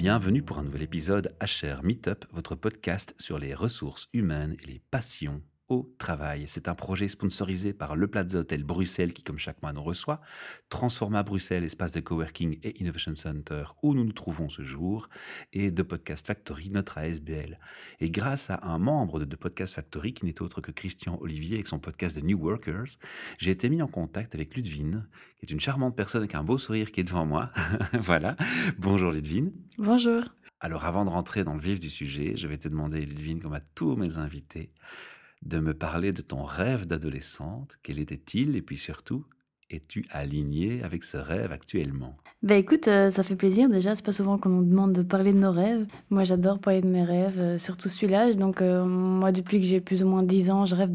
Bienvenue pour un nouvel épisode HR Meetup, votre podcast sur les ressources humaines et les passions au travail. C'est un projet sponsorisé par le Plaza Hotel Bruxelles qui, comme chaque mois, nous reçoit, Transforma Bruxelles, espace de coworking et innovation center où nous nous trouvons ce jour, et The Podcast Factory, notre ASBL. Et grâce à un membre de The Podcast Factory, qui n'est autre que Christian Olivier avec son podcast de New Workers, j'ai été mis en contact avec Ludwine, qui est une charmante personne avec un beau sourire qui est devant moi. Voilà. Bonjour Ludwine. Bonjour. Alors avant de rentrer dans le vif du sujet, je vais te demander, Ludwine, comme à tous mes invités, de me parler de ton rêve d'adolescente. Quel était-il? Et puis surtout, es-tu alignée avec ce rêve actuellement? Écoute, ça fait plaisir. Déjà, c'est pas souvent qu'on nous demande de parler de nos rêves. Moi, j'adore parler de mes rêves, surtout celui-là. Donc, moi, depuis que j'ai plus ou moins 10 ans, je rêve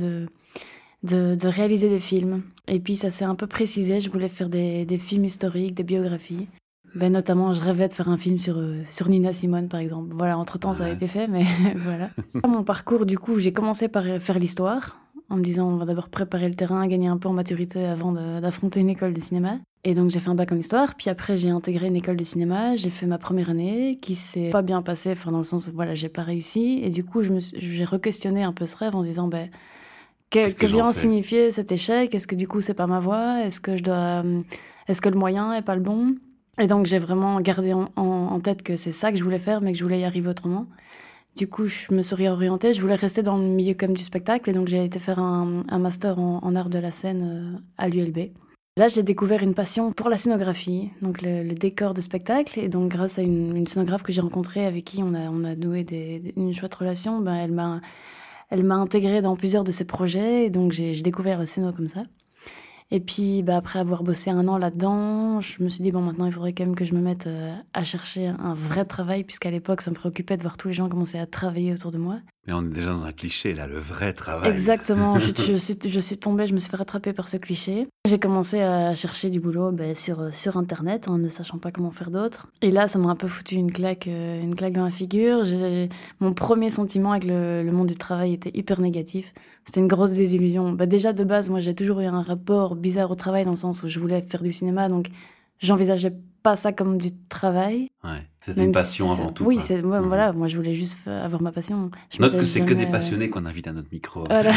de réaliser des films. Et puis, ça s'est un peu précisé. Je voulais faire des films historiques, des biographies. Notamment, je rêvais de faire un film sur Nina Simone, par exemple. Voilà, entre-temps, ça a été fait, mais voilà. Mon parcours, du coup, j'ai commencé par faire l'histoire, en me disant, on va d'abord préparer le terrain, gagner un peu en maturité avant d'affronter une école de cinéma. Et donc, j'ai fait un bac en histoire, puis après, j'ai intégré une école de cinéma. J'ai fait ma première année, qui s'est pas bien passée, enfin, dans le sens où, voilà, j'ai pas réussi. Et du coup, j'ai re-questionné un peu ce rêve en se disant, que vient signifier cet échec? Est-ce que du coup, c'est pas ma voie? Est-ce que le moyen est pas le bon? Et donc, j'ai vraiment gardé en tête que c'est ça que je voulais faire, mais que je voulais y arriver autrement. Du coup, je me suis réorientée. Je voulais rester dans le milieu comme du spectacle. Et donc, j'ai été faire un master en art de la scène à l'ULB. Là, j'ai découvert une passion pour la scénographie, donc le décor de spectacle. Et donc, grâce à une scénographe que j'ai rencontrée, avec qui on a noué une chouette relation, elle m'a intégrée dans plusieurs de ses projets. Et donc, j'ai découvert la scéno comme ça. Et puis, après avoir bossé 1 an là-dedans, je me suis dit, maintenant, il faudrait quand même que je me mette à chercher un vrai travail, puisqu'à l'époque, ça me préoccupait de voir tous les gens commencer à travailler autour de moi. Mais on est déjà dans un cliché, là, le vrai travail. Exactement, je suis tombée, je me suis fait rattraper par ce cliché. J'ai commencé à chercher du boulot sur Internet, ne sachant pas comment faire d'autre. Et là, ça m'a un peu foutu une claque dans la figure. Mon premier sentiment avec le monde du travail était hyper négatif. C'était une grosse désillusion. Déjà, de base, moi, j'ai toujours eu un rapport bizarre au travail, dans le sens où je voulais faire du cinéma, donc j'envisageais pas ça comme du travail. Ouais, c'était une passion avant tout. Oui, voilà, moi je voulais juste avoir ma passion. Note que c'est que des passionnés qu'on invite à notre micro. Voilà.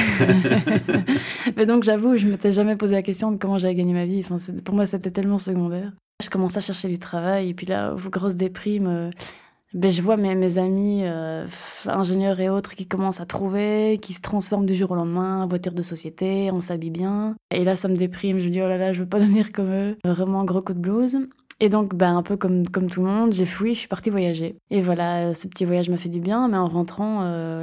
Mais donc j'avoue, je m'étais jamais posé la question de comment j'allais gagner ma vie. Pour moi, c'était tellement secondaire. Je commençais à chercher du travail, et puis là, grosse déprime. Je vois mes amis ingénieurs et autres qui commencent à trouver, qui se transforment du jour au lendemain, voiture de société, on s'habille bien. Et là, ça me déprime. Je me dis, oh là là, je veux pas devenir comme eux. Vraiment un gros coup de blues. Et donc, un peu comme tout le monde, j'ai fui, je suis partie voyager. Et voilà, ce petit voyage m'a fait du bien, mais en rentrant,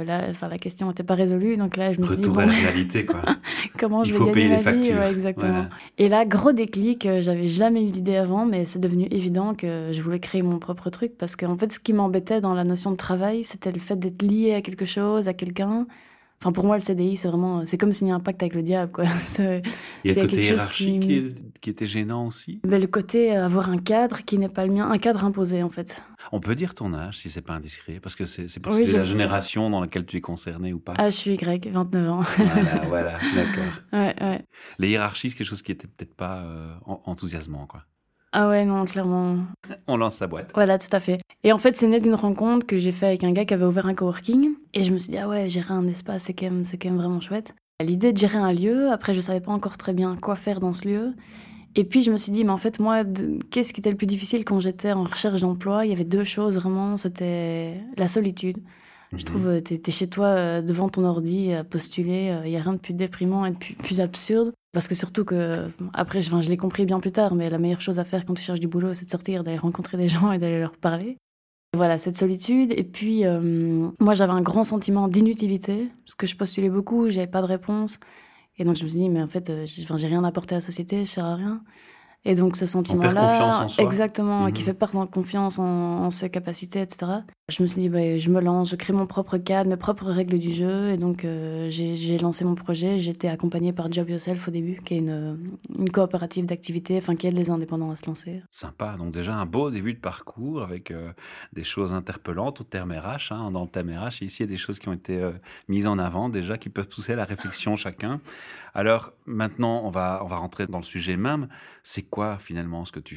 la question n'était pas résolue. Donc là, je me suis dit, retour à la réalité, quoi. Comment je vais gagner ma vie? Il faut payer les factures. Ouais, exactement. Voilà. Et là, gros déclic, j'avais jamais eu l'idée avant, mais c'est devenu évident que je voulais créer mon propre truc, parce qu'en fait, ce qui m'embêtait dans la notion de travail, c'était le fait d'être lié à quelque chose, à quelqu'un. Enfin, pour moi, le CDI, c'est comme signer un pacte avec le diable, quoi. Il y a le côté hiérarchique qui était gênant aussi. Le côté avoir un cadre qui n'est pas le mien, un cadre imposé, en fait. On peut dire ton âge, si c'est pas indiscret, parce que c'est pour la génération dans laquelle tu es concernée ou pas. Ah, je suis Y, 29 ans. Voilà, d'accord. Ouais. Les hiérarchies, c'est quelque chose qui était peut-être pas enthousiasmant, quoi. Ah ouais, non, clairement. On lance sa boîte. Voilà, tout à fait. Et en fait, c'est né d'une rencontre que j'ai fait avec un gars qui avait ouvert un coworking. Et je me suis dit, ah ouais, gérer un espace, c'est quand même vraiment chouette. L'idée de gérer un lieu, après, je savais pas encore très bien quoi faire dans ce lieu. Et puis, je me suis dit, mais en fait, moi, qu'est-ce qui était le plus difficile quand j'étais en recherche d'emploi? Il y avait 2 choses, vraiment. C'était la solitude. Je trouve, t'es chez toi, devant ton ordi, à postuler. Il y a rien de plus déprimant et de plus absurde. Parce que surtout que, après, je l'ai compris bien plus tard, mais la meilleure chose à faire quand tu cherches du boulot, c'est de sortir, d'aller rencontrer des gens et d'aller leur parler. Voilà, cette solitude. Et puis, moi, j'avais un grand sentiment d'inutilité, parce que je postulais beaucoup, j'avais pas de réponse. Et donc, je me suis dit, mais en fait, j'ai rien apporté à la société, je sers à rien. Et donc, ce sentiment-là, on perd confiance en soi. Exactement, qui fait perdre confiance en ses capacités, etc. Je me suis dit, je me lance, je crée mon propre cadre, mes propres règles du jeu. Et donc, j'ai lancé mon projet. J'ai été accompagnée par Job Yourself au début, qui est une coopérative d'activité, qui aide les indépendants à se lancer. Sympa. Donc, déjà, un beau début de parcours avec des choses interpellantes au terme RH. Dans le thème RH, et ici, il y a des choses qui ont été mises en avant, déjà, qui peuvent pousser à la réflexion chacun. Alors, maintenant, on va rentrer dans le sujet même. C'est quoi, finalement, ce que tu fais?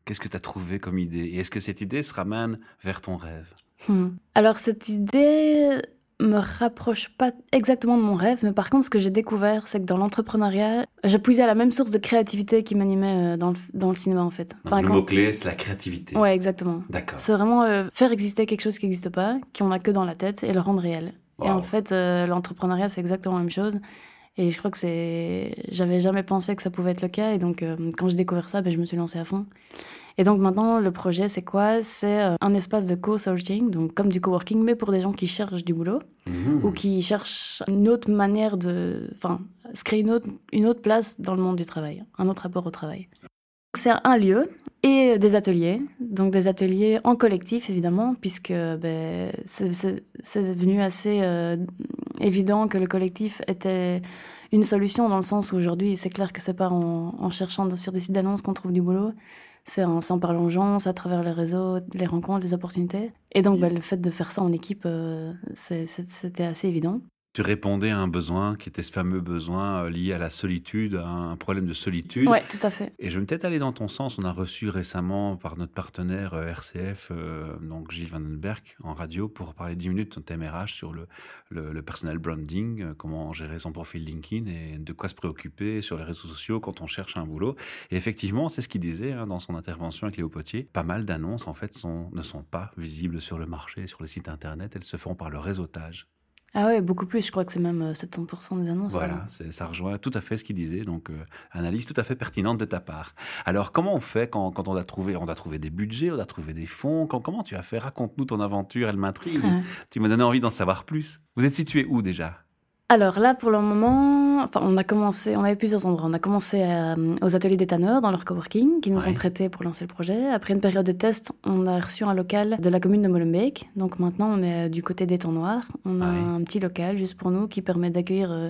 Qu'est-ce que tu as trouvé comme idée? Et est-ce que cette idée se ramène vers ton rêve? Alors cette idée me rapproche pas exactement de mon rêve, mais par contre, ce que j'ai découvert, c'est que dans l'entrepreneuriat, je puisais à la même source de créativité qui m'animait dans le cinéma, en fait. Donc, le mot-clé, c'est la créativité. Ouais, exactement. D'accord. C'est vraiment faire exister quelque chose qui n'existe pas, qu'on n'a que dans la tête, et le rendre réel. Wow. Et en fait, l'entrepreneuriat, c'est exactement la même chose. Et je crois que j'avais jamais pensé que ça pouvait être le cas. Et donc, quand j'ai découvert ça, je me suis lancée à fond. Et donc maintenant, le projet, c'est quoi? C'est un espace de co-sourcing, donc comme du coworking, mais pour des gens qui cherchent du boulot ou qui cherchent une autre manière se créer une autre place dans le monde du travail, un autre rapport au travail. C'est un lieu et des ateliers, donc des ateliers en collectif évidemment, puisque c'est devenu assez évident que le collectif était une solution dans le sens où aujourd'hui, c'est clair que c'est pas en cherchant sur des sites d'annonces qu'on trouve du boulot. C'est en parlant aux gens, c'est à travers les réseaux, les rencontres, les opportunités. Et donc, le fait de faire ça en équipe, c'était assez évident. Tu répondais à un besoin qui était ce fameux besoin lié à la solitude, à un problème de solitude. Oui, tout à fait. Et je vais peut-être aller dans ton sens. On a reçu récemment par notre partenaire RCF, donc Gilles Vandenberg, en radio, pour parler 10 minutes de thème RH sur le personal branding, comment gérer son profil LinkedIn et de quoi se préoccuper sur les réseaux sociaux quand on cherche un boulot. Et effectivement, c'est ce qu'il disait dans son intervention avec Léo Potier. Pas mal d'annonces, en fait, ne sont pas visibles sur le marché, sur les sites internet. Elles se font par le réseautage. Ah ouais, beaucoup plus. Je crois que c'est même 70% des annonces. Voilà, ça rejoint tout à fait ce qu'il disait. Donc, analyse tout à fait pertinente de ta part. Alors, comment on fait quand on a trouvé des budgets, on a trouvé des fonds? Comment tu as fait? Raconte-nous ton aventure, elle m'intrigue. Tu m'as donné envie d'en savoir plus. Vous êtes situé où déjà? Alors là, pour le moment, on avait plusieurs endroits. On a commencé aux ateliers des tanneurs dans leur coworking, qui nous ont prêté pour lancer le projet. Après une période de test, on a reçu un local de la commune de Molenbeek. Donc maintenant, on est du côté des Temps Noirs. On a un petit local juste pour nous qui permet d'accueillir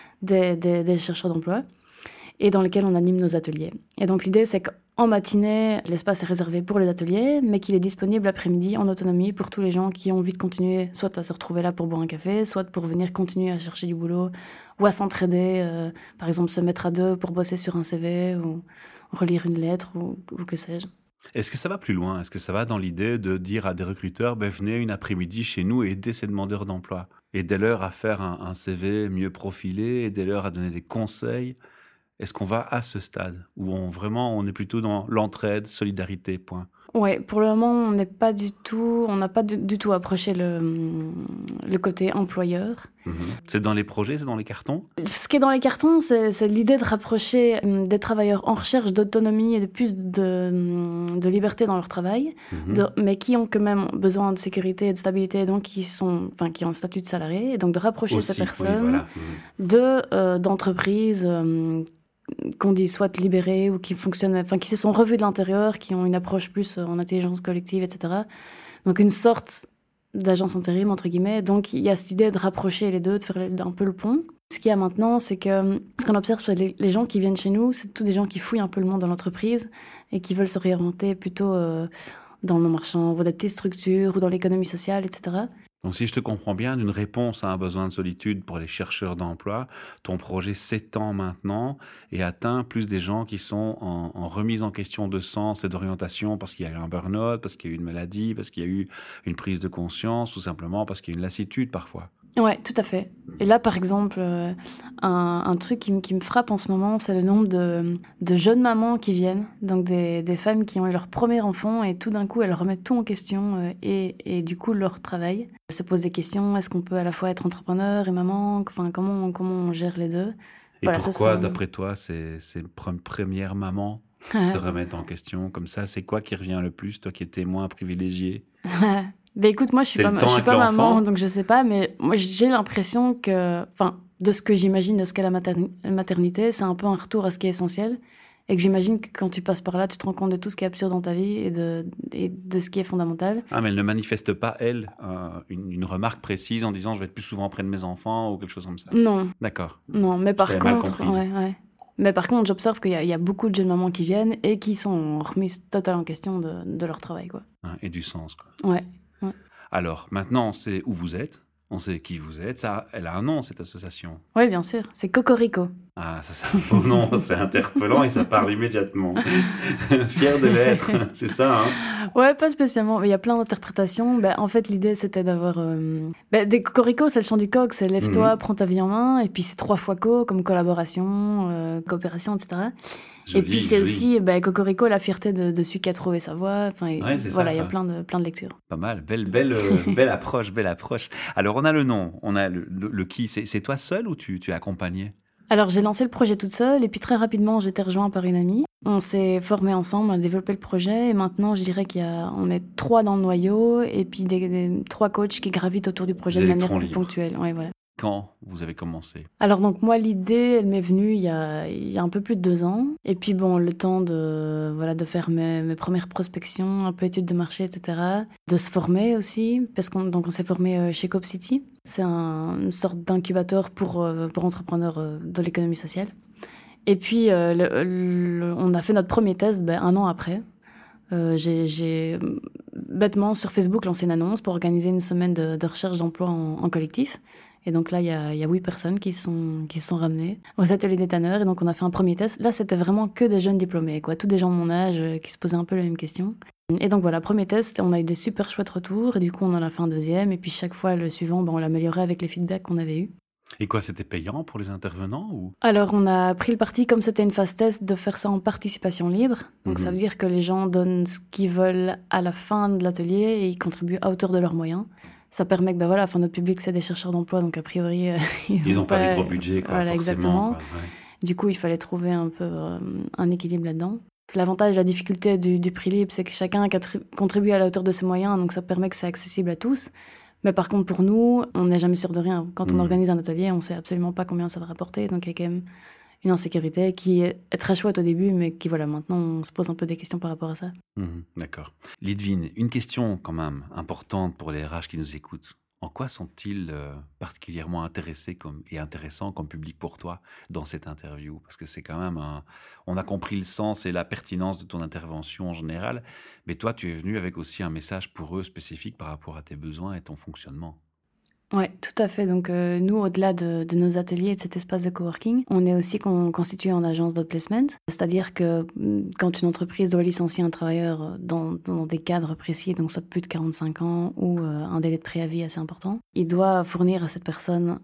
des chercheurs d'emploi et dans lequel on anime nos ateliers. Et donc l'idée, c'est qu'en matinée, l'espace est réservé pour les ateliers, mais qu'il est disponible l'après-midi en autonomie pour tous les gens qui ont envie de continuer, soit à se retrouver là pour boire un café, soit pour venir continuer à chercher du boulot, ou à s'entraider, par exemple se mettre à deux pour bosser sur un CV, ou relire une lettre, ou que sais-je. Est-ce que ça va plus loin? Est-ce que ça va dans l'idée de dire à des recruteurs, venez une après-midi chez nous et aidez ces demandeurs d'emploi? Aidez-leur à faire un CV mieux profilé, aidez-leur à donner des conseils. Est-ce qu'on va à ce stade où on est plutôt dans l'entraide, solidarité, point? Ouais, pour le moment, on n'a pas du tout approché le côté employeur. C'est dans les projets, c'est dans les cartons? Ce qui est dans les cartons, c'est l'idée de rapprocher des travailleurs en recherche d'autonomie et de plus de liberté dans leur travail, mais qui ont quand même besoin de sécurité et de stabilité, donc qui ont un statut de salarié, et donc de rapprocher ces personnes d'entreprises qu'on dit soit libérées ou qui fonctionnent, qui se sont revues de l'intérieur, qui ont une approche plus en intelligence collective, etc. Donc une sorte d'agence intérim, entre guillemets. Donc il y a cette idée de rapprocher les deux, de faire un peu le pont. Ce qu'il y a maintenant, c'est que ce qu'on observe sur les gens qui viennent chez nous, c'est tous des gens qui fouillent un peu le monde de l'entreprise et qui veulent se réorienter plutôt dans le non-marchand, ou dans des petites structures, ou dans l'économie sociale, etc. Donc, si je te comprends bien, d'une réponse à un besoin de solitude pour les chercheurs d'emploi, ton projet s'étend maintenant et atteint plus des gens qui sont en remise en question de sens et d'orientation parce qu'il y a eu un burn-out, parce qu'il y a eu une maladie, parce qu'il y a eu une prise de conscience ou simplement parce qu'il y a une lassitude parfois. Ouais, tout à fait. Et là, par exemple, un truc qui me frappe en ce moment, c'est le nombre de jeunes mamans qui viennent, donc des femmes qui ont eu leur premier enfant et tout d'un coup, elles remettent tout en question et du coup, leur travail. Elles se posent des questions, est-ce qu'on peut à la fois être entrepreneur et maman? Enfin, comment on gère les deux? Et voilà, pourquoi, d'après toi, ces premières mamans se remettent en question comme ça? C'est quoi qui revient le plus, toi qui es témoin privilégié? Écoute, moi je suis pas maman, donc je sais pas, mais moi j'ai l'impression que, de ce que j'imagine de ce qu'est la maternité, c'est un peu un retour à ce qui est essentiel, et que j'imagine que quand tu passes par là, tu te rends compte de tout ce qui est absurde dans ta vie et de ce qui est fondamental. Ah, mais elle ne manifeste pas, elle, une remarque précise en disant je vais être plus souvent près de mes enfants ou quelque chose comme ça? Non. D'accord. Non, mais par contre, mais par contre, j'observe qu'il y a beaucoup de jeunes mamans qui viennent et qui sont remises totalement en question de leur travail, quoi. Et du sens, quoi. Ouais. Alors, maintenant, c'est où vous êtes. On sait qui vous êtes. Ça, elle a un nom, cette association. Oui, bien sûr, c'est Cocorico. Ah, ça c'est un beau nom, c'est interpellant et ça parle immédiatement. Fier de l'être, c'est ça, hein? Ouais, pas spécialement, mais il y a plein d'interprétations. En fait, l'idée, c'était d'avoir... des Cocorico, c'est le chant du coq, c'est lève-toi, Mhm. prends ta vie en main, et puis c'est 3 fois co, comme collaboration, coopération, etc. Et puis Joli, c'est joli. aussi Cocorico, la fierté de celui qui a trouvé sa voie. Enfin, Ouais, c'est ça, voilà, il y a quoi. plein de lectures. Pas mal, belle approche, belle approche. Alors, on a le nom, on a le qui. C'est toi seul ou tu es accompagné? Alors, j'ai lancé le projet toute seule, et puis très rapidement, j'ai été rejointe par une amie. On s'est formés ensemble, on a développé le projet, et maintenant, je dirais on est 3 dans le noyau, et puis des 3 coachs qui gravitent autour du projet Des de manière électrons plus libres. ponctuelle. Ouais, voilà. Quand vous avez commencé? Alors donc moi l'idée elle m'est venue il y a un peu plus de 2 ans et puis bon le temps de faire mes premières prospections, un peu études de marché etc. De se former aussi parce qu'on s'est formé chez Coop City. C'est une sorte d'incubateur pour entrepreneurs de l'économie sociale. Et puis on a fait notre premier test 1 an après. J'ai bêtement sur Facebook lancé une annonce pour organiser une semaine de recherche d'emploi en collectif. Et donc là, il y a 8 personnes qui se sont ramenées aux ateliers des tanneurs. Et donc on a fait un premier test. Là, c'était vraiment que des jeunes diplômés, quoi. Tous des gens de mon âge qui se posaient un peu les mêmes questions. Et donc voilà, premier test, on a eu des super chouettes retours. Et du coup, on en a fait un deuxième. Et puis chaque fois, le suivant, on l'améliorait avec les feedbacks qu'on avait eus. Et quoi, c'était payant pour les intervenants ou? Alors, on a pris le parti, comme c'était une phase test, de faire ça en participation libre. Donc, ça veut dire que les gens donnent ce qu'ils veulent à la fin de l'atelier et ils contribuent à hauteur de leurs moyens. Ça permet que, voilà, notre public, c'est des chercheurs d'emploi, donc a priori, Ils ont n'ont pas les gros budgets, quoi, Voilà, forcément. exactement. Quoi, ouais. Du coup, il fallait trouver un peu un équilibre là-dedans. L'avantage, la difficulté du prix libre, c'est que chacun contribue à la hauteur de ses moyens, donc ça permet que c'est accessible à tous. Mais par contre, pour nous, on n'est jamais sûr de rien. Quand on organise un atelier, on ne sait absolument pas combien ça va rapporter. Donc, il y a quand même une insécurité qui est très chouette au début, mais qui, voilà, maintenant, on se pose un peu des questions par rapport à ça. D'accord. Lydvine, une question quand même importante pour les RH qui nous écoutent. En quoi sont-ils particulièrement intéressés et intéressants comme public pour toi dans cette interview? Parce que c'est quand même on a compris le sens et la pertinence de ton intervention en général, mais toi, tu es venu avec aussi un message pour eux spécifique par rapport à tes besoins et ton fonctionnement. Oui, tout à fait. Donc, nous, au-delà de nos ateliers et de cet espace de coworking, on est aussi constitué en agence d'outplacement. C'est-à-dire que quand une entreprise doit licencier un travailleur dans des cadres précis, donc soit plus de 45 ans ou un délai de préavis assez important, il doit fournir à cette personne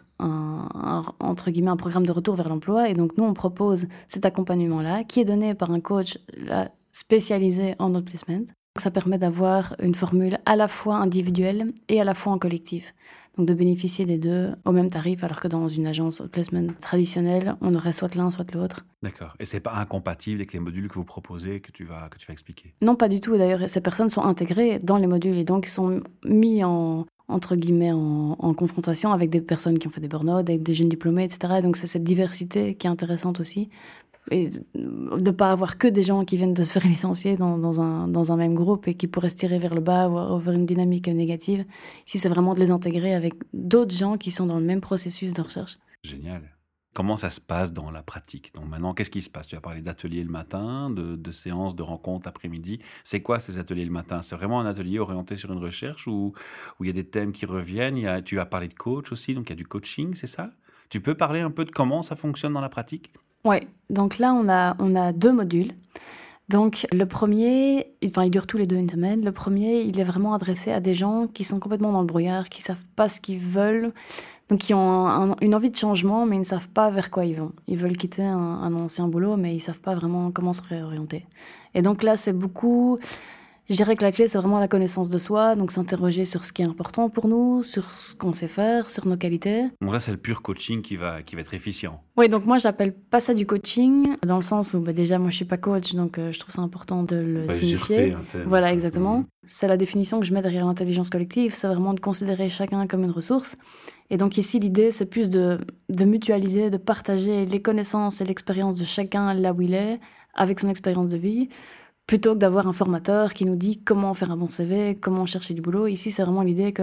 entre guillemets, un programme de retour vers l'emploi. Et donc, nous, on propose cet accompagnement-là qui est donné par un coach spécialisé en outplacement. Donc, ça permet d'avoir une formule à la fois individuelle et à la fois en collectif. Donc de bénéficier des deux au même tarif, alors que dans une agence placement traditionnelle, on aurait soit l'un, soit l'autre. D'accord. Et c'est pas incompatible avec les modules que vous proposez, que tu vas expliquer? Non, pas du tout. D'ailleurs, ces personnes sont intégrées dans les modules et donc sont mis entre guillemets, en confrontation avec des personnes qui ont fait des burn-out, avec des jeunes diplômés, etc. Donc c'est cette diversité qui est intéressante aussi. Et de ne pas avoir que des gens qui viennent de se faire licencier dans un même groupe et qui pourraient se tirer vers le bas ou vers une dynamique négative. Ici, c'est vraiment de les intégrer avec d'autres gens qui sont dans le même processus de recherche. Génial. Comment ça se passe dans la pratique? Donc maintenant, qu'est-ce qui se passe? Tu as parlé d'ateliers le matin, de séances, de rencontres l'après-midi. C'est quoi ces ateliers le matin? C'est vraiment un atelier orienté sur une recherche où il y a des thèmes qui reviennent? Tu as parlé de coach aussi, donc il y a du coaching, c'est ça? Tu peux parler un peu de comment ça fonctionne dans la pratique? Oui, donc là, on a 2 modules. Donc le premier, il dure tous les 2 une semaine. Le premier, il est vraiment adressé à des gens qui sont complètement dans le brouillard, qui ne savent pas ce qu'ils veulent, donc qui ont une envie de changement, mais ils ne savent pas vers quoi ils vont. Ils veulent quitter un ancien boulot, mais ils ne savent pas vraiment comment se réorienter. Et donc là, c'est beaucoup... Je dirais que la clé, c'est vraiment la connaissance de soi, donc s'interroger sur ce qui est important pour nous, sur ce qu'on sait faire, sur nos qualités. Donc là, c'est le pur coaching qui va être efficient. Oui, donc moi, j'appelle pas ça du coaching, dans le sens où déjà, moi, je suis pas coach, donc je trouve ça important de le signifier. Voilà, exactement. C'est la définition que je mets derrière l'intelligence collective, c'est vraiment de considérer chacun comme une ressource. Et donc ici, l'idée, c'est plus de mutualiser, de partager les connaissances et l'expérience de chacun là où il est, avec son expérience de vie, plutôt que d'avoir un formateur qui nous dit comment faire un bon CV, comment chercher du boulot. Ici, c'est vraiment l'idée que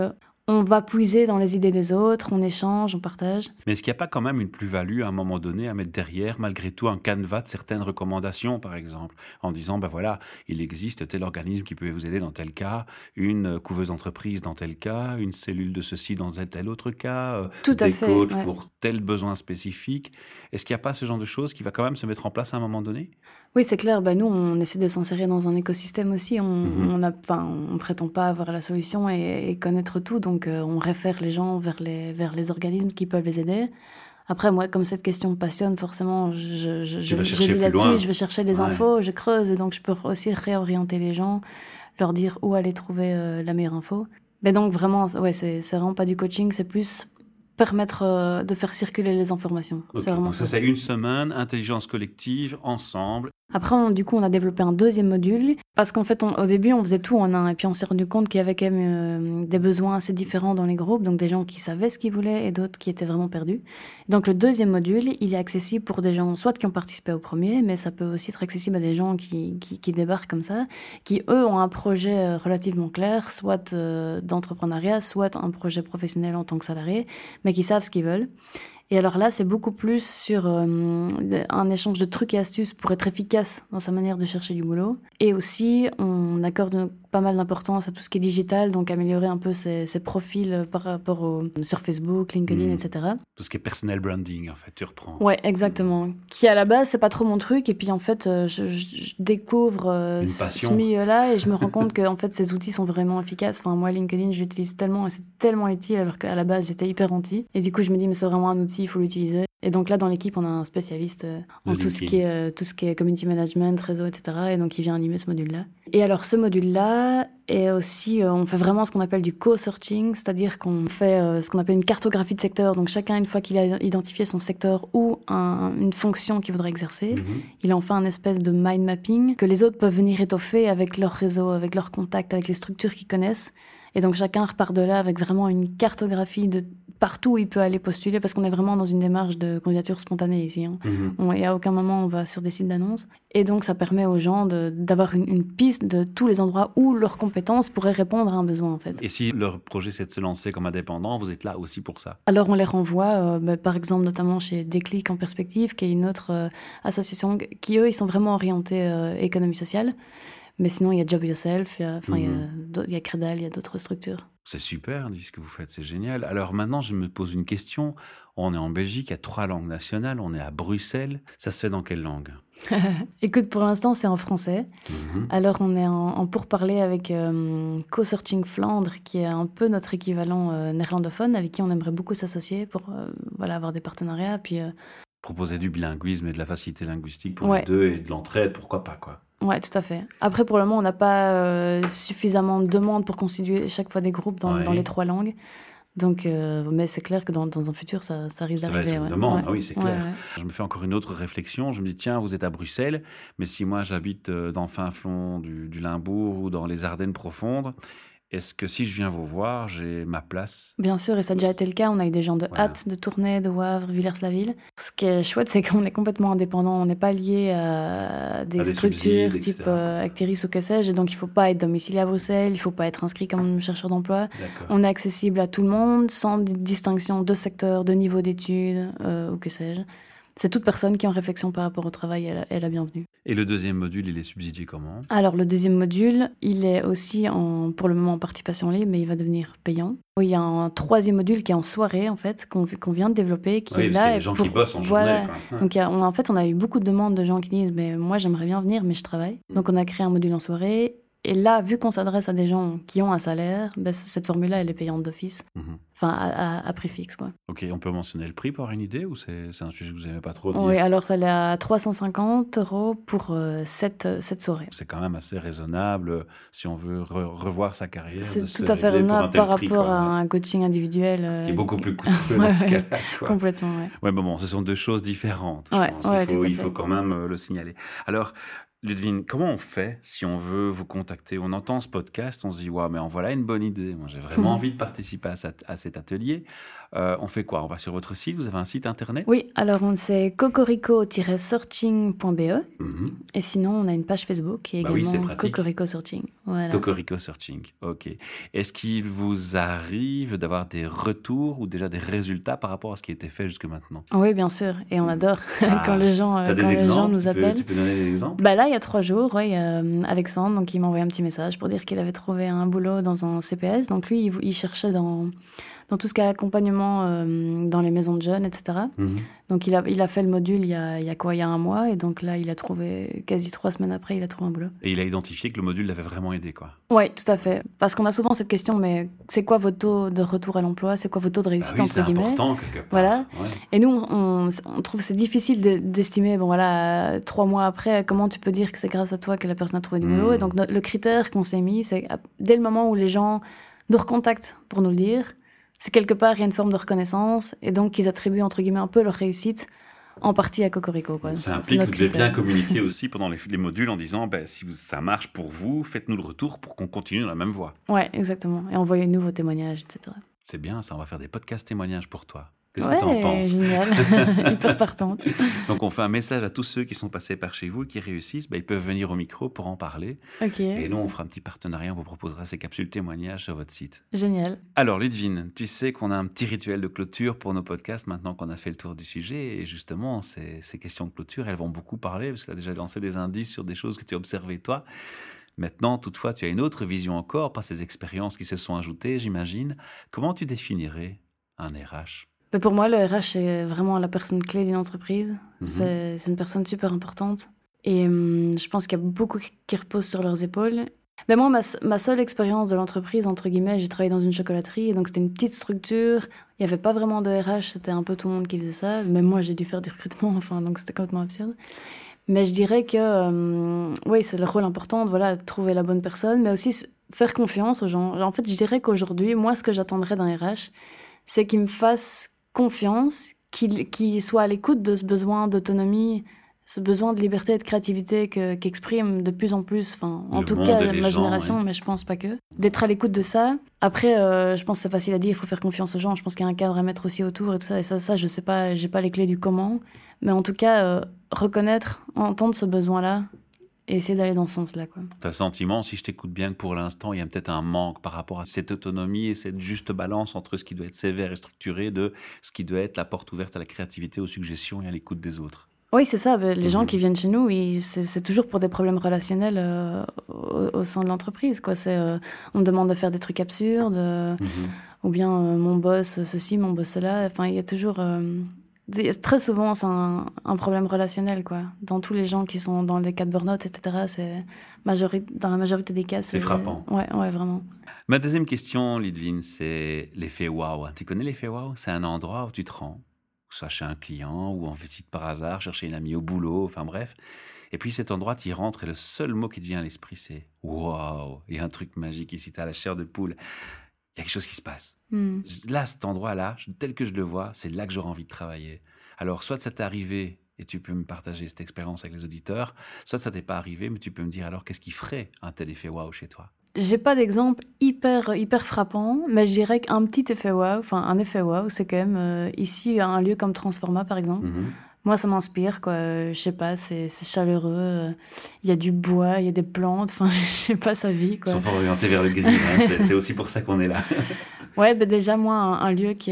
on va puiser dans les idées des autres, on échange, on partage. Mais est-ce qu'il n'y a pas quand même une plus-value à un moment donné à mettre derrière, malgré tout, un canevas de certaines recommandations, par exemple, en disant, ben voilà, il existe tel organisme qui peut vous aider dans tel cas, une couveuse d'entreprise dans tel cas, une cellule de ceci dans tel autre cas, Tout à des fait, coachs ouais. pour tel besoin spécifique. Est-ce qu'il n'y a pas ce genre de choses qui va quand même se mettre en place à un moment donné? Oui, c'est clair. Bah, nous, on essaie de s'insérer dans un écosystème aussi. Mhm. On prétend pas avoir la solution et connaître tout, donc on réfère les gens vers les organismes qui peuvent les aider. Après, moi, comme cette question me passionne, forcément, Tu vas je chercher lis plus là-dessus, loin. je vais chercher des Ouais. infos, je creuse, et donc je peux aussi réorienter les gens, leur dire où aller trouver la meilleure info. Mais donc vraiment, ouais, c'est vraiment pas du coaching, c'est plus permettre de faire circuler les informations. C'est Ok, vraiment donc ça ça. c'est une semaine, intelligence collective, ensemble. Après, du coup, on a développé un deuxième module parce qu'en fait, au début, on faisait tout en un et puis on s'est rendu compte qu'il y avait quand même des besoins assez différents dans les groupes, donc des gens qui savaient ce qu'ils voulaient et d'autres qui étaient vraiment perdus. Donc le deuxième module, il est accessible pour des gens soit qui ont participé au premier, mais ça peut aussi être accessible à des gens qui débarquent comme ça, qui eux ont un projet relativement clair, soit d'entrepreneuriat, soit un projet professionnel en tant que salarié, mais qui savent ce qu'ils veulent. Et alors là, c'est beaucoup plus sur un échange de trucs et astuces pour être efficace dans sa manière de chercher du boulot. Et aussi, on accorde pas mal d'importance à tout ce qui est digital, donc améliorer un peu ses profils par rapport sur Facebook, LinkedIn, etc. Tout ce qui est personal branding, en fait, tu reprends. Ouais, exactement. Qui à la base, c'est pas trop mon truc, et puis en fait, je découvre Une ce passion. milieu-là et je me rends compte que en fait, ces outils sont vraiment efficaces. Enfin, moi, LinkedIn, je l'utilise tellement et c'est tellement utile, alors qu'à la base, j'étais hyper anti. Et du coup, je me dis, mais c'est vraiment un outil, il faut l'utiliser. Et donc là, dans l'équipe, on a un spécialiste en De tout LinkedIn. tout ce qui est community management, réseau, etc. Et donc, il vient animer ce module-là. Et alors, ce module-là est aussi, on fait vraiment ce qu'on appelle du co-searching, c'est-à-dire qu'on fait ce qu'on appelle une cartographie de secteur. Donc, chacun, une fois qu'il a identifié son secteur ou une fonction qu'il voudrait exercer, il en fait un espèce de mind mapping que les autres peuvent venir étoffer avec leur réseau, avec leurs contacts, avec les structures qu'ils connaissent. Et donc, chacun repart de là avec vraiment une cartographie de partout où il peut aller postuler, parce qu'on est vraiment dans une démarche de candidature spontanée ici. Hein. Et à aucun moment on va sur des sites d'annonces. Et donc ça permet aux gens d'avoir une piste de tous les endroits où leurs compétences pourraient répondre à un besoin en fait. Et si leur projet c'est de se lancer comme indépendant, vous êtes là aussi pour ça? Alors on les renvoie, par exemple notamment chez Déclic en perspective, qui est une autre association qui eux ils sont vraiment orientés économie sociale. Mais sinon il y a Job Yourself, il y a Credal, il y a d'autres structures. C'est super, dit ce que vous faites, c'est génial. Alors maintenant, je me pose une question. On est en Belgique, il y a 3 langues nationales, on est à Bruxelles. Ça se fait dans quelle langue? Écoute, pour l'instant, c'est en français. Alors, on est en pourparlers avec Co-Searching Flandre, qui est un peu notre équivalent néerlandophone, avec qui on aimerait beaucoup s'associer pour avoir des partenariats. Puis, Proposer du bilinguisme et de la facilité linguistique pour les ouais, deux et de l'entraide, pourquoi pas, quoi. ouais, tout à fait. Après, pour le moment, on n'a pas suffisamment de demandes pour constituer chaque fois des groupes dans Ouais. les 3 langues. Donc, mais c'est clair que dans un futur, ça risque Ça va être d'arriver. une Ouais. demande, Ouais. ah oui, c'est Ouais, clair. ouais. Je me fais encore une autre réflexion. Je me dis, tiens, vous êtes à Bruxelles, mais si moi j'habite dans le fin fond du Limbourg ou dans les Ardennes profondes, est-ce que si je viens vous voir, j'ai ma place? Bien sûr, et ça a déjà été le cas. On a eu des gens de Voilà. Hatt, de Tournai, de Wavre, Villers-la-Ville. Ce qui est chouette, c'est qu'on est complètement indépendant. On n'est pas lié à des À des structures subsides, type etc., quoi. Acteris ou que sais-je. Et donc, il ne faut pas être domicilié à Bruxelles, il ne faut pas être inscrit comme chercheur d'emploi. D'accord. On est accessible à tout le monde, sans distinction de secteur, de niveau d'études ou que sais-je. C'est toute personne qui est en réflexion par rapport au travail est la bienvenue. Et le deuxième module, il est subsidié comment? Alors, le deuxième module, il est aussi pour le moment en participation libre, mais il va devenir payant. Oui, il y a un troisième module qui est en soirée, en fait, qu'on vient de développer, qui Oui, est parce qu'il y a là. des gens qui bossent en voilà. journée, quoi. Donc, en fait, on a eu beaucoup de demandes de gens qui disent, mais moi, j'aimerais bien venir, mais je travaille. Donc, on a créé un module en soirée. Et là, vu qu'on s'adresse à des gens qui ont un salaire, cette formule-là, elle est payante d'office. Enfin, à prix fixe, quoi. Ok, on peut mentionner le prix pour avoir une idée ou c'est un sujet que vous n'aimez pas trop dire? Oui, alors elle est à 350 € pour cette soirée. C'est quand même assez raisonnable si on veut revoir sa carrière. C'est de tout se à fait régler pour un raisonnable tel par prix, rapport quoi, à ouais. un coaching individuel. Qui est beaucoup plus coûteux Ouais, dans ce ouais, cas-là, quoi. complètement, ouais. Ouais, mais bon, ce sont deux choses différentes, je Ouais, pense. ouais, tout à Il fait. faut quand même le signaler. Alors, Ludwine, comment on fait si on veut vous contacter? On entend ce podcast, on se dit, ouais, mais en voilà une bonne idée. Moi, j'ai vraiment envie de participer à cet atelier. On fait quoi? On va sur votre site, vous avez un site internet? Oui, alors c'est cocorico-searching.be et sinon on a une page Facebook qui est Bah oui, c'est également pratique. Cocorico Searching. Voilà. Cocorico Searching, ok. Est-ce qu'il vous arrive d'avoir des retours ou déjà des résultats par rapport à ce qui a été fait jusque maintenant? Oui, bien sûr, et on adore Ah, quand les gens, t'as des quand les gens exemples? nous appellent. Tu peux donner des exemples? Bah là, il y a 3 jours, ouais, il y a Alexandre, donc il m'a envoyé un petit message pour dire qu'il avait trouvé un boulot dans un CPS. Donc lui, il cherchait dans tout ce qui est accompagnement dans les maisons de jeunes, etc. Mhm. Donc il a fait le module il y a un mois, et donc là, il a trouvé, quasi 3 semaines après, il a trouvé un boulot. Et il a identifié que le module l'avait vraiment aidé, quoi. Oui, tout à fait. Parce qu'on a souvent cette question, mais c'est quoi votre taux de retour à l'emploi? C'est quoi votre taux de réussite, Bah oui, c'est entre guillemets? important quelque part. Voilà. Ouais. Et nous, on trouve que c'est difficile d'estimer, bon voilà, 3 mois après, comment tu peux dire que c'est grâce à toi que la personne a trouvé du boulot. Et donc, le critère qu'on s'est mis, c'est dès le moment où les gens nous recontactent pour nous le dire, c'est quelque part, il y a une forme de reconnaissance, et donc qu'ils attribuent, entre guillemets, un peu leur réussite en partie à Cocorico, quoi. Ça C'est implique que notre vous devez critère. bien communiquer aussi pendant les modules en disant si ça marche pour vous, faites-nous le retour pour qu'on continue dans la même voie. Ouais, exactement. Et envoyez-nous vos témoignages, etc. C'est bien ça, on va faire des podcasts témoignages pour toi. Qu'est-ce que t'en Ouais, penses? génial. Hyper partante. Donc on fait un message à tous ceux qui sont passés par chez vous et qui réussissent, ils peuvent venir au micro pour en parler. Ok, Et nous, on fera un petit partenariat, on vous proposera ces capsules témoignages sur votre site. génial. Alors Ludivine, tu sais qu'on a un petit rituel de clôture pour nos podcasts maintenant qu'on a fait le tour du sujet. Et justement, ces questions de clôture, elles vont beaucoup parler parce que tu as déjà lancé des indices sur des choses que tu as observées toi. Maintenant, toutefois, tu as une autre vision encore par ces expériences qui se sont ajoutées, j'imagine. Comment tu définirais un RH? Mais pour moi, le RH, c'est vraiment la personne clé d'une entreprise. Mhm. C'est une personne super importante. Et je pense qu'il y a beaucoup qui repose sur leurs épaules. Mais moi, ma seule expérience de l'entreprise, entre guillemets, j'ai travaillé dans une chocolaterie. Et donc, c'était une petite structure. Il n'y avait pas vraiment de RH. C'était un peu tout le monde qui faisait ça. Même moi, j'ai dû faire du recrutement. Enfin, donc, c'était complètement absurde. Mais je dirais que, oui, c'est le rôle important de voilà, trouver la bonne personne, mais aussi faire confiance aux gens. En fait, je dirais qu'aujourd'hui, moi, ce que j'attendrais d'un RH, c'est qu'il me fasse confiance, qu'il soit à l'écoute de ce besoin d'autonomie, ce besoin de liberté et de créativité qu'exprime de plus en plus, enfin, en Le tout monde cas, et les ma gens, génération, oui. mais je pense pas que. D'être à l'écoute de ça. Après, je pense que c'est facile à dire, il faut faire confiance aux gens. Je pense qu'il y a un cadre à mettre aussi autour et tout ça. Et ça, je sais pas, j'ai pas les clés du comment. Mais en tout cas, reconnaître, entendre ce besoin-là et essayer d'aller dans ce sens-là, quoi. Tu as le sentiment, si je t'écoute bien, que pour l'instant, il y a peut-être un manque par rapport à cette autonomie et cette juste balance entre ce qui doit être sévère et structuré de ce qui doit être la porte ouverte à la créativité, aux suggestions et à l'écoute des autres. Oui, c'est ça. Les gens qui viennent chez nous, c'est toujours pour des problèmes relationnels au sein de l'entreprise, quoi. On me demande de faire des trucs absurdes, ou bien mon boss ceci, mon boss cela. Enfin, il y a toujours... très souvent, c'est un problème relationnel, quoi. Dans tous les gens qui sont dans les cas de burn-out, etc., dans la majorité des cas, C'est frappant. Ouais, vraiment. Ma deuxième question, Lidvine, c'est l'effet waouh. Tu connais l'effet waouh? C'est un endroit où tu te rends, soit chez un client ou en visite par hasard, chercher une amie au boulot, enfin bref. Et puis cet endroit, tu y rentres et le seul mot qui te vient à l'esprit, c'est waouh. Il y a un truc magique ici, tu as la chair de poule. Il y a quelque chose qui se passe. Là, cet endroit-là, tel que je le vois, c'est là que j'aurais envie de travailler. Alors, soit ça t'est arrivé et tu peux me partager cette expérience avec les auditeurs, soit ça t'est pas arrivé, mais tu peux me dire alors qu'est-ce qui ferait un tel effet waouh chez toi? J'ai pas d'exemple hyper frappant, mais je dirais qu'un petit effet waouh, enfin un effet waouh, c'est quand même ici un lieu comme Transforma par exemple. Moi, ça m'inspire, quoi. Je sais pas, c'est chaleureux. Il y a du bois, il y a des plantes. Enfin, je sais pas, sa vie, quoi. Ils sont fort orientés vers le gris. Hein. C'est aussi pour ça qu'on est là. Ouais, ben déjà, moi, un lieu qui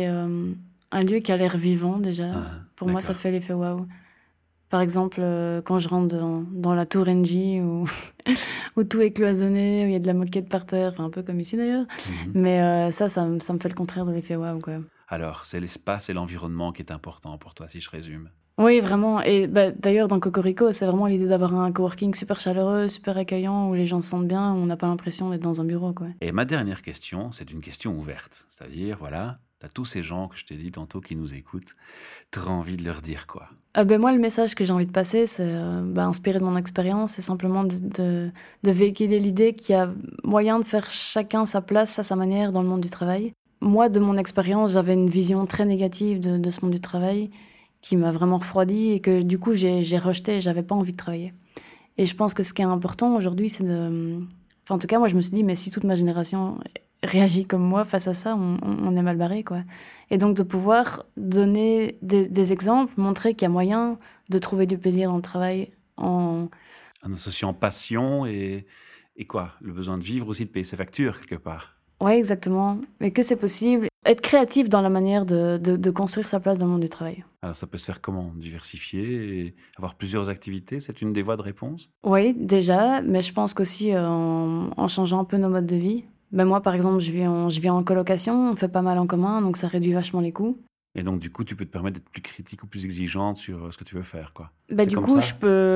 a l'air vivant, déjà. Pour moi, ça fait l'effet waouh. Par exemple, quand je rentre dans la tour NJ, où tout est cloisonné, où il y a de la moquette par terre, enfin, un peu comme ici d'ailleurs. Mais ça me fait le contraire de l'effet waouh, quoi. Alors, c'est l'espace et l'environnement qui est important pour toi, si je résume. Oui, vraiment. Et d'ailleurs, dans Cocorico, c'est vraiment l'idée d'avoir un coworking super chaleureux, super accueillant, où les gens se sentent bien, où on n'a pas l'impression d'être dans un bureau, quoi. Et ma dernière question, c'est une question ouverte. C'est-à-dire, voilà, t'as tous ces gens que je t'ai dit tantôt qui nous écoutent, t'auras envie de leur dire quoi? Moi, le message que j'ai envie de passer, c'est inspiré de mon expérience, c'est simplement de véhiculer l'idée qu'il y a moyen de faire chacun sa place à sa manière dans le monde du travail. Moi, de mon expérience, j'avais une vision très négative de ce monde du travail qui m'a vraiment refroidi et que du coup, j'ai rejeté, j'avais pas envie de travailler. Et je pense que ce qui est important aujourd'hui, c'est de... Enfin, en tout cas, moi, je me suis dit, mais si toute ma génération réagit comme moi face à ça, on est mal barré, quoi. Et donc de pouvoir donner des exemples, montrer qu'il y a moyen de trouver du plaisir dans le travail en... En associant passion et quoi? Le besoin de vivre aussi, de payer ses factures quelque part. Ouais, exactement. Et que c'est possible. Être créatif dans la manière de construire sa place dans le monde du travail. Alors ça peut se faire comment? Diversifier et avoir plusieurs activités, c'est une des voies de réponse? Oui, déjà, mais je pense qu'aussi en changeant un peu nos modes de vie. Ben moi, par exemple, je vis en colocation, on fait pas mal en commun, donc ça réduit vachement les coûts. Et donc du coup, tu peux te permettre d'être plus critique ou plus exigeante sur, ce que tu veux faire, quoi. Ben C'est du comme coup, ça?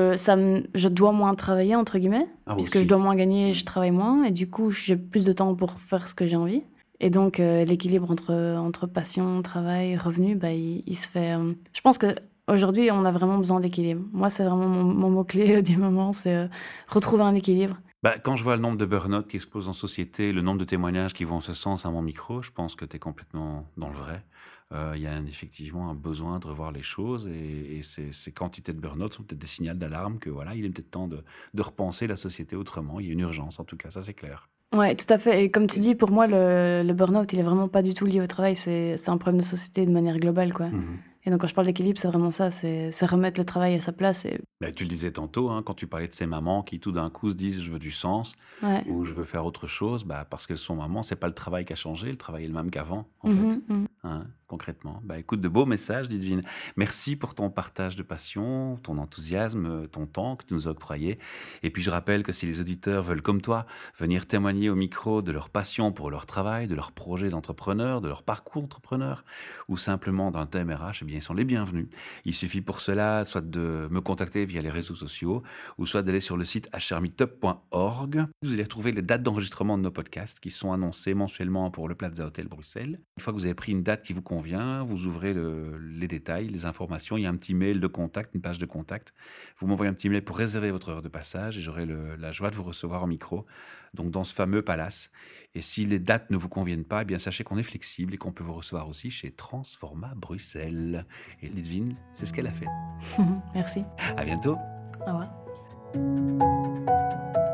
je dois moins travailler, entre guillemets, Ah puisque je aussi. dois moins gagner, je travaille moins, et du coup, j'ai plus de temps pour faire ce que j'ai envie. Et donc, l'équilibre entre passion, travail, revenu, ben, il se fait... Je pense qu'aujourd'hui, on a vraiment besoin d'équilibre. Moi, c'est vraiment mon mot-clé du moment, c'est retrouver un équilibre. Bah, quand je vois le nombre de burn-out qui explosent en société, le nombre de témoignages qui vont en ce sens à mon micro, je pense que tu es complètement dans le vrai. Il y a effectivement un besoin de revoir les choses et ces quantités de burn-out sont peut-être des signaux d'alarme que voilà, il est peut-être temps de repenser la société autrement. Il y a une urgence en tout cas, ça c'est clair. Ouais, tout à fait. Et comme tu dis, pour moi, le burn-out, il est vraiment pas du tout lié au travail. C'est un problème de société de manière globale, quoi. Mhm. Et donc, quand je parle d'équilibre, c'est vraiment ça. C'est remettre le travail à sa place. Et... Bah, tu le disais tantôt, hein, quand tu parlais de ces mamans qui tout d'un coup se disent je veux du sens Ouais. ou je veux faire autre chose, bah, parce qu'elles sont mamans, c'est pas le travail qui a changé, le travail est le même qu'avant en fait. Mhm, mhm. Hein, concrètement. Bah, écoute, de beaux messages, Lidvine. Merci pour ton partage de passion, ton enthousiasme, ton temps que tu nous as octroyé. Et puis, je rappelle que si les auditeurs veulent, comme toi, venir témoigner au micro de leur passion pour leur travail, de leur projet d'entrepreneur, de leur parcours entrepreneur, ou simplement d'un thème RH, eh bien, ils sont les bienvenus. Il suffit pour cela soit de me contacter via les réseaux sociaux, ou soit d'aller sur le site hrmeetup.org. Vous allez retrouver les dates d'enregistrement de nos podcasts qui sont annoncées mensuellement pour le Plaza Hotel Bruxelles. Une fois que vous avez pris une date qui vous convient, vous ouvrez les détails, les informations. Il y a un petit mail de contact, une page de contact. Vous m'envoyez un petit mail pour réserver votre heure de passage et j'aurai la joie de vous recevoir au micro, donc dans ce fameux palace. Et si les dates ne vous conviennent pas, eh bien sachez qu'on est flexible et qu'on peut vous recevoir aussi chez Transforma Bruxelles. Et Lidvine, c'est ce qu'elle a fait. Merci. À bientôt. Au revoir.